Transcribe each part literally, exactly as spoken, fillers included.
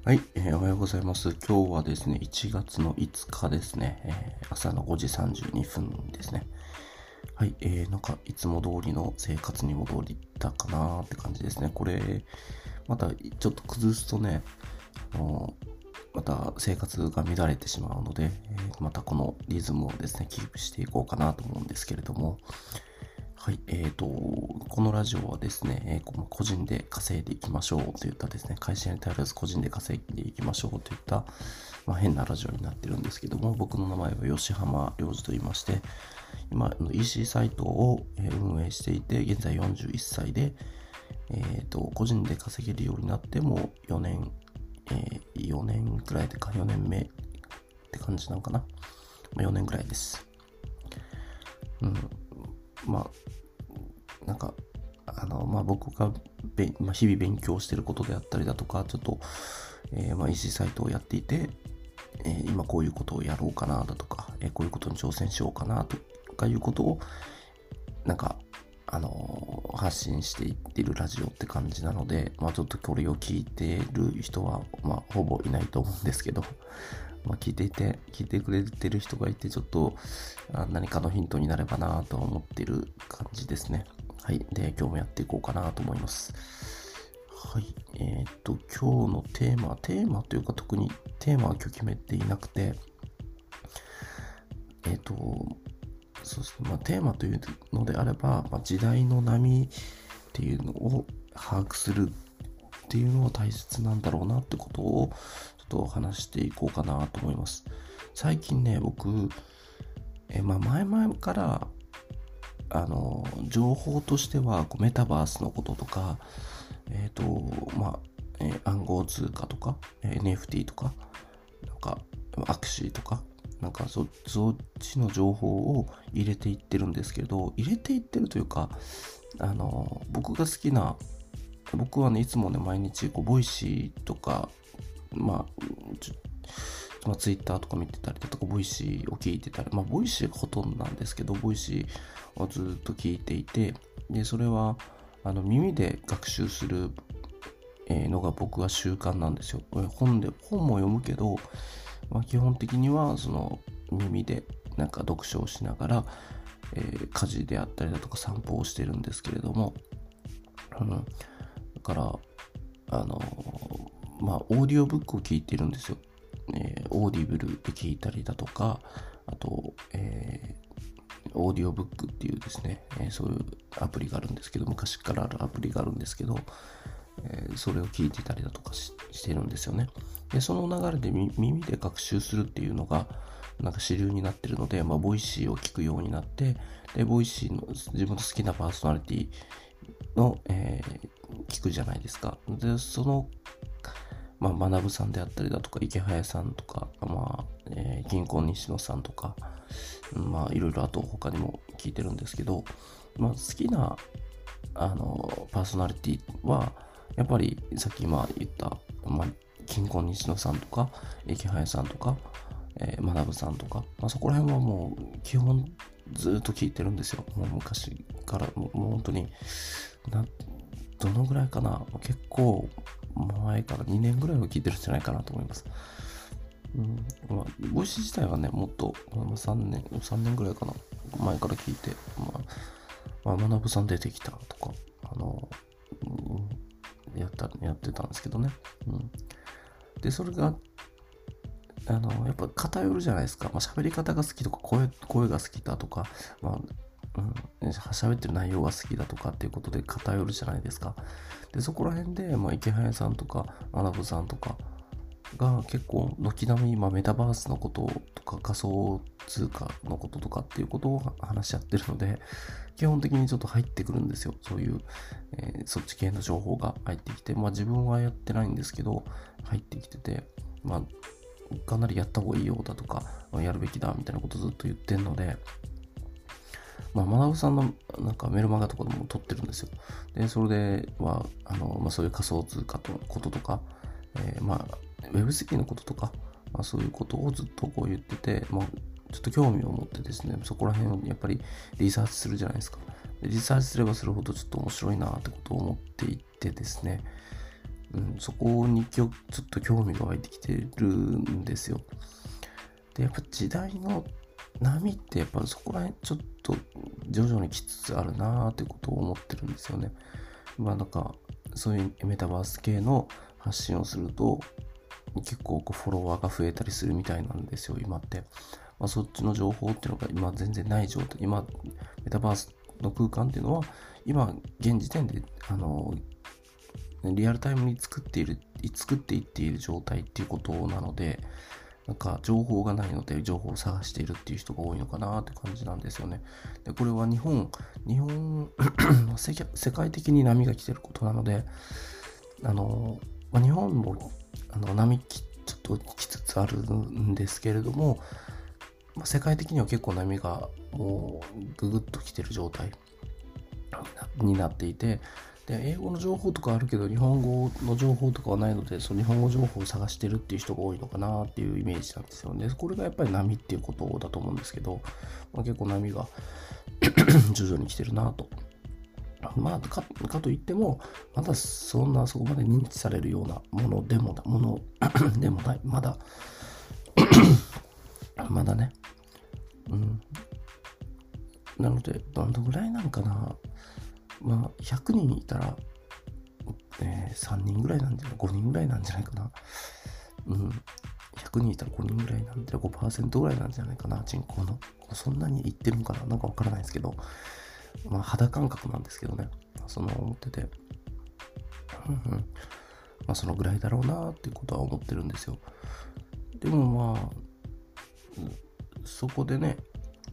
はい、えーおはようございます。今日はですね、いちがつのいつかですね、えー朝のごじさんじゅうにふんですね。はい、えー、なんかいつも通りの生活に戻りたかなーって感じですね。これ、またちょっと崩すとね、あのーまた生活が乱れてしまうので、えーまたこのリズムをですね、キープしていこうかなと思うんですけれども、はい、えーと、このラジオはですね、えーこ個人で稼いでいきましょうといったですね、会社に頼らず個人で稼いでいきましょうといった、まあ、変なラジオになってるんですけども、僕の名前は吉浜良二と言いまして、今、イーシー サイトをえー運営していて、現在よんじゅういっさいで、えーと、個人で稼げるようになってもよねん、えーよねんくらいでか、よねんめって感じなのかな。まあ、よねんくらいです。うん。まあ、なんか、あの、まあ、僕がべ、まあ、日々勉強してることであったりだとか、ちょっと、えーまあ、イーシー サイトをやっていて、えー今こういうことをやろうかなだとか、えーこういうことに挑戦しようかなとかいうことを、なんか、あのー発信していってるラジオって感じなので、まあ、ちょっとこれを聞いてる人は、まあ、ほぼいないと思うんですけど、まあ、聞いていて、聞いてくれてる人がいて、ちょっとあ何かのヒントになればなと思っている感じですね。はい。で、今日もやっていこうかなと思います。はい。えーっと、今日のテーマ、テーマというか特にテーマは今日決めていなくて、えーっと、そうですね。まあ、テーマというのであれば、まあ、時代の波っていうのを把握するっていうのは大切なんだろうなってことをちょっと話していこうかなと思います。最近ね、僕、えまあ、前々からあの情報としてはこうメタバースのこととか、えっ、とまあ、えー暗号通貨とか、えー エヌエフティー とか、なんかアクシーとか、なんかそそっちの情報を入れていってるんですけど、入れていってるというか、あの僕が好きな、僕はねいつもね毎日こうボイシーとか、まあちょまあ、ツイッターとか見てたりだとか、ボイシーを聞いてたり、まあ、ボイシーがほとんどなんですけど、ボイシーをずっと聞いていて、で、それは、あの、耳で学習するえーのが僕は習慣なんですよ。本で、本も読むけど、まあ、基本的には、その、耳でなんか読書をしながら、えー家事であったりだとか散歩をしてるんですけれども、うん、だから、あのーまあ、オーディオブックを聞いてるんですよ。えーオーディブルで聞いたりだとか、あと、えーオーディオブックっていうですね、えーそういうアプリがあるんですけど、昔からあるアプリがあるんですけど、えーそれを聞いてたりだとか し, してるんですよね。で、その流れで耳で学習するっていうのが、なんか主流になってるので、まあ、ボイシーを聞くようになって、で、ボイシーの自分の好きなパーソナリティの、えー聞くじゃないですか。で、その、まあ、学さんであったりだとか、池早さんとか、まあ、えー銀行西野さんとか、まあ、いろいろあと他にも聞いてるんですけど、まあ、好きな、あの、パーソナリティは、やっぱりさっき今言った、まあ、金婚西野さんとか、池早さんとか、えー、学さんとか、まあ、そこら辺はもう基本ずっと聞いてるんですよ。もう昔から、もうもう本当に、な、どのぐらいかな、結構前からにねんぐらいは聞いてるんじゃないかなと思います。うん、まあ、ボイシー自体はね、もっと、まあ、さんねん、さんねんぐらいかな、前から聞いて、まあ、まあ、学さん出てきたとか、あの、うん、やった、やってたんですけどね。うん。で、それが、あの、やっぱ偏るじゃないですか。まあ、喋り方が好きとか、声、声が好きだとか、まあ、うん、喋ってる内容が好きだとかっていうことで偏るじゃないですか。で、そこら辺で、まあ、池早さんとか、学さんとかが結構、軒並み、まあ、メタバースのこととか、仮想通貨のこととかっていうことを話し合ってるので、基本的にちょっと入ってくるんですよ。そういう、えーそっち系の情報が入ってきて、まあ自分はやってないんですけど、入ってきてて、まあ、かなりやった方がいいようだとか、やるべきだみたいなことずっと言ってんので、まあ、学さんのなんかメルマガとかでも撮ってるんですよ。で、それでは、あの、まあそういう仮想通貨のこととか、えーまあ、ウェブスリーのこととか、まあそういうことをずっとこう言ってて、まあ、ちょっと興味を持ってですね、そこら辺をやっぱりリサーチするじゃないですか。でリサーチすればするほどちょっと面白いなってことを思っていってですね、 うん、そこにきょちょっと興味が湧いてきてるんですよ。で、やっぱ時代の波ってやっぱそこら辺ちょっと徐々に来つつあるなーってことを思ってるんですよね。まあなんかそういうメタバース系の発信をすると結構こうフォロワーが増えたりするみたいなんですよ、今って。まあ、そっちの情報っていうのが今全然ない状態。今、メタバースの空間っていうのは今現時点であのリアルタイムに作っている、作っていっている状態っていうことなので、なんか情報がないので情報を探しているっていう人が多いのかなって感じなんですよね。で、これは日本、日本世界的に波が来てることなので、あの、まあ、日本もあの波きちょっと来つつあるんですけれども、まあ、世界的には結構波がもうググッと来てる状態になっていて、で英語の情報とかあるけど日本語の情報とかはないので、その日本語情報を探してるっていう人が多いのかなっていうイメージなんですよね。これがやっぱり波っていうことだと思うんですけど、まあ、結構波が徐々に来てるなと。まあか、かといってもまだそんなそこまで認知されるようなものでもものでもない、まだまだね、うん、なのでどのぐらいなんかな。まあ、ひゃくにんいたら、えー、さんにんぐらいなんじゃない、ごにんぐらいなんじゃないかな。うん。ひゃくにんいたらごにんぐらいなんで、ごパーセントぐらいなんじゃないかな、人口の。そんなにいってるんかな、なんかわからないですけど、まあ、肌感覚なんですけどね、その思ってて。うんうん。まあ、そのぐらいだろうなっていうことは思ってるんですよ。でもまあ、そこでね、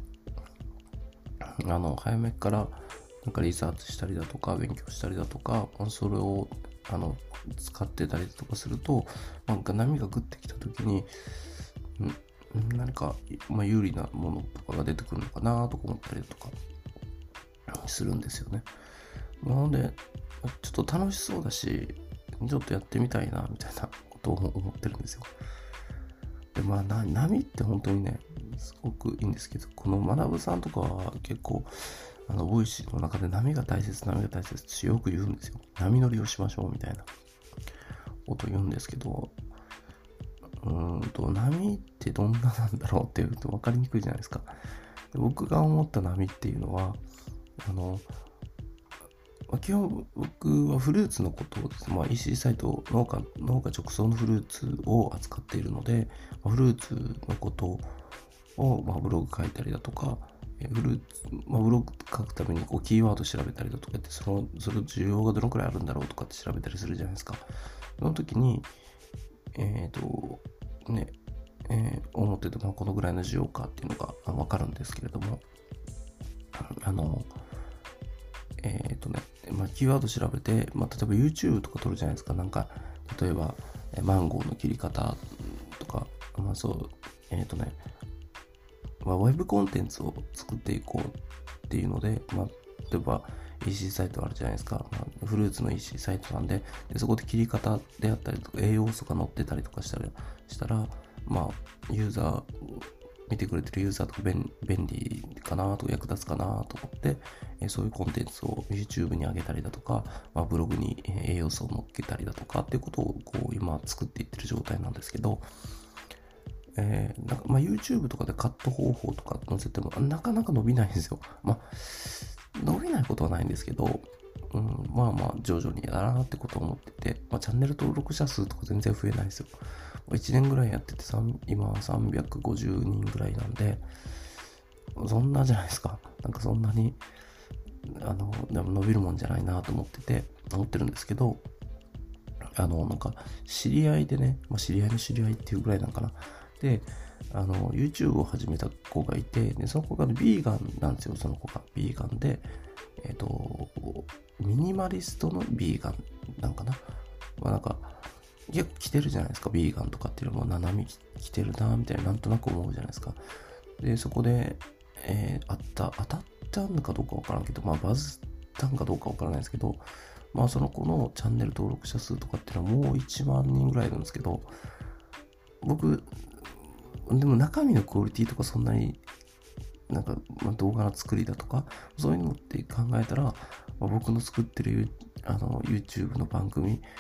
あの、早めから、なんかリサーチしたりだとか勉強したりだとか、それをあの使ってたりとかすると、なんか波がグッてきた時に、ん何か、まあ、有利なものとかが出てくるのかなとか思ったりだとかするんですよね。なのでちょっと楽しそうだし、ちょっとやってみたいなみたいなことを思ってるんですよ。でまあな波って本当にねすごくいいんですけど、この学さんとかは結構あのボイシーの中で波が大切、波が大切ってよく言うんですよ。波乗りをしましょうみたいなことを言うんですけど、うーんと波ってどんななんだろうって言うと分かりにくいじゃないですか。で僕が思った波っていうのは、あの基本僕はフルーツのことをですね、まあ、イーシー サイト、農家、農家直送のフルーツを扱っているので、フルーツのことを、まあ、ブログ書いたりだとか、フルーツ、まあ、ブログ書くためにこうキーワード調べたりだとかって、その、その需要がどのくらいあるんだろうとかって調べたりするじゃないですか。その時に、えっ、ー、と、ね、えー、思ってて、まあ、このぐらいの需要かっていうのがわかるんですけれども、あの、えっ、ー、とね、まあ、キーワード調べて、まあ、例えば YouTube とか撮るじゃないですか。なんか、例えば、マンゴーの切り方とか、まあそう、えっ、ー、とね、まあ、ウェブコンテンツを作っていこうっていうので、まあ、例えば イーシー サイトあるじゃないですか。まあ、フルーツの イーシー サイトなんで、でそこで切り方であったりとか、栄養素が載ってたりとかしたら、したらまあ、ユーザー、見てくれてるユーザーとか便便利かなとか役立つかなと思って、えそういうコンテンツを YouTube に上げたりだとか、まあ、ブログに栄養素を載っけたりだとかっていうことをこう今作っていってる状態なんですけど、えー、なんかまあ YouTube とかでカット方法とか載せてもなかなか伸びないんですよ。まあ伸びないことはないんですけど、うん、まあまあ徐々にやらなってことを思ってて、まあ、チャンネル登録者数とか全然増えないですよ。いちねんぐらいやってて今はさんびゃくごじゅうにんぐらいなんで、そんなじゃないですか。なんかそんなにあのでも伸びるもんじゃないなと思ってて思ってるんですけど、あのなんか知り合いでね、まあ、知り合いの知り合いっていうぐらいなんかな。で、あの YouTube を始めた子がいて、でその子がビーガンなんですよ。その子がビーガンで、えっとミニマリストのビーガンなんかな。まあなんか結構来てるじゃないですか、ビーガンとかっていうのも斜め来てるなみたいな、なんとなく思うじゃないですか。でそこで、えー、あった当たったのかどうかわからんけど、まあバズったんかどうかわからないですけど、まあその子のチャンネル登録者数とかっていうのはもういちまんにんぐらいいるんですけど、僕でも中身のクオリティとかそんなになんか、まあ、動画の作りだとかそういうのって考えたら、まあ、僕の作ってるあの YouTube の番組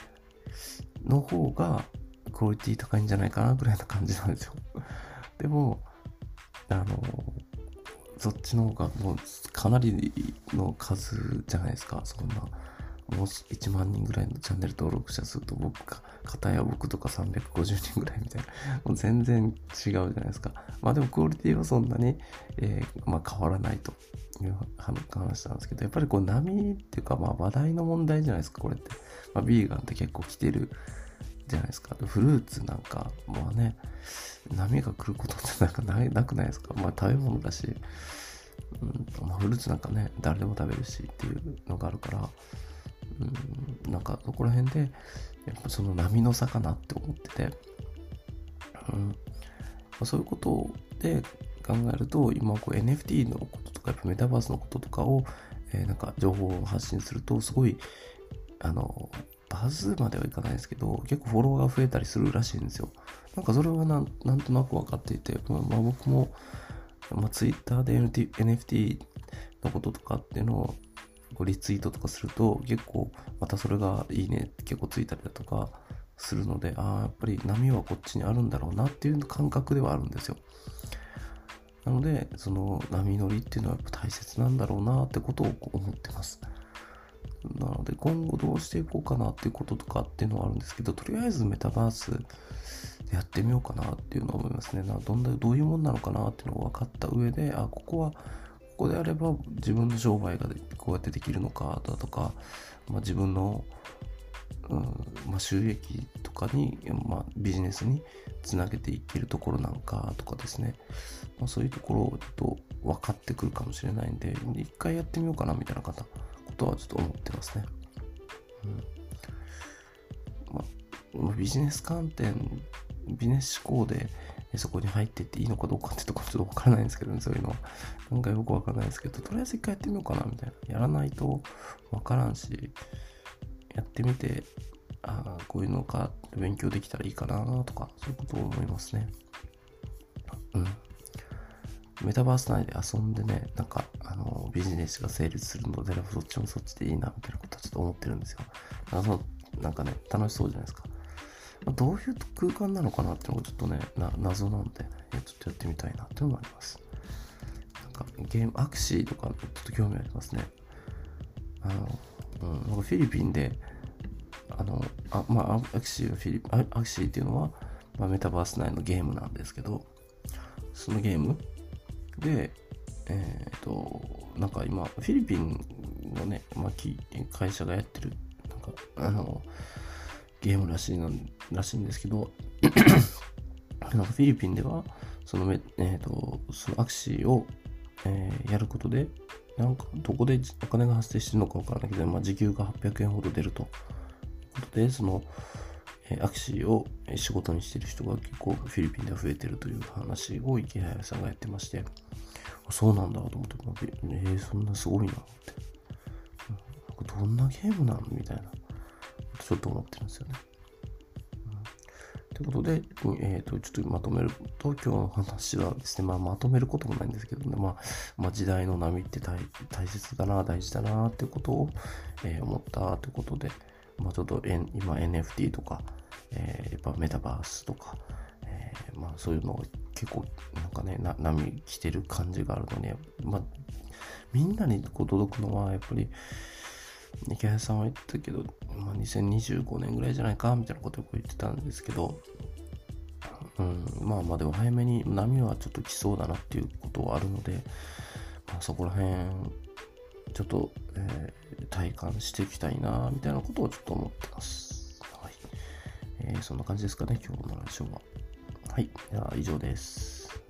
の方がクオリティ高いんじゃないかなぐらいな感じなんですよ。でも、あの、そっちの方がもうかなりの数じゃないですか。そんな、もういちまんにんぐらいのチャンネル登録者数と僕か、片や僕とかさんびゃくごじゅうにんぐらいみたいな、もう全然違うじゃないですか。まあでもクオリティはそんなに、えー、まあ変わらないという話なんですけど、やっぱりこう波っていうか、まあ話題の問題じゃないですか、これって。まあビーガンって結構来てるじゃないですか。フルーツなんか、まあね、波が来ることってなんかないなくないですか。まあ食べ物だし、うんまあ、フルーツなんかね、誰でも食べるしっていうのがあるから、うん、なんかそこら辺で、やっぱその波の差かなって思ってて、うんまあ、そういうことで考えると、今こう エヌエフティー のこととか、やっぱメタバースのこととかを、えー、なんか情報を発信すると、すごい、あの、バズまではいかないですけど、結構フォロワーが増えたりするらしいんですよ。なんかそれはなんなんとなく分かっていて、まあ、まあ、僕も、まあ、Twitter で エヌエフティー のこととかっていうのをこうリツイートとかすると、結構またそれがいいね結構ついたりだとかするので、ああやっぱり波はこっちにあるんだろうなっていう感覚ではあるんですよ。なのでその波乗りっていうのはやっぱ大切なんだろうなってことを思ってます。なので今後どうしていこうかなっていうこととかっていうのはあるんですけど、とりあえずメタバースでやってみようかなっていうのを思いますね。などんなどういうもんなのかなっていうのが分かった上で、あここはここであれば自分の商売がこうやってできるのかだとか、まあ、自分の、うんまあ、収益とかに、まあ、ビジネスにつなげていけるところなんかとかですね、まあ、そういうところをちょっと分かってくるかもしれないんで、一回やってみようかなみたいな方ことはちょっと思ってますね。うんまあ、ビジネス観点、ビジネス思考でそこに入っていっていいのかどうかってところちょっとわからないんですけどね、そういうのは。なんかよくわからないですけど、とりあえず一回やってみようかなみたいな。やらないとわからんし、やってみて、ああ、こういうのか勉強できたらいいかなとか、そういうことを思いますね。うん。メタバース内で遊んでね、なんか、あの、ビジネスが成立するので、そっちもそっちでいいな、みたいなことはちょっと思ってるんですよ。なんかそのなんかね、楽しそうじゃないですか。どういう空間なのかなっていうのがちょっとね、な謎なんで、ね、ちょっとやってみたいなっていうのがあります。なんかゲーム、アクシーとかちょっと興味ありますね。あの、うん、なんかフィリピンで、あの、あまあ、アクシーはフィリピン、アクシーっていうのは、まあ、メタバース内のゲームなんですけど、そのゲームで、えっ、ー、と、なんか今、フィリピンのね、まあ、会社がやってる、なんか、あの、ゲームらしいなんらしいんですけどなんかフィリピンではその、えー、とそのアクシーを、えー、やることでなんかどこでお金が発生してるのかわからないけど、まあ、時給がはっぴゃくえんほど出るということで、その、えー、アクシーを仕事にしてる人が結構フィリピンでは増えてるという話を池原さんがやってまして、そうなんだと思って、えー、そんなすごいなって、うん、なんかどんなゲームなのみたいなちょっと思ってるんですよね。ということで、えーと、ちょっとまとめると、今日の話はですね、まあ、まとめることもないんですけどね、まあ、まあ、時代の波って大、大切だな、大事だな、ってことを、えー、思ったということで、まあ、ちょっと今 エヌエフティー とか、えー、やっぱメタバースとか、えー、まあ、そういうのを結構、なんかね、な波来てる感じがあるので、まあ、みんなにこう届くのは、やっぱり、池谷さんは言ってたけど、まあ、にせんにじゅうごねんぐらいじゃないかみたいなことを言ってたんですけど、うん、まあまあでも早めに波はちょっと来そうだなっていうことはあるので、まあ、そこら辺ちょっと、えー、体感していきたいなみたいなことをちょっと思ってます。はい。えー、そんな感じですかね、今日のラジオは。はい。では以上です。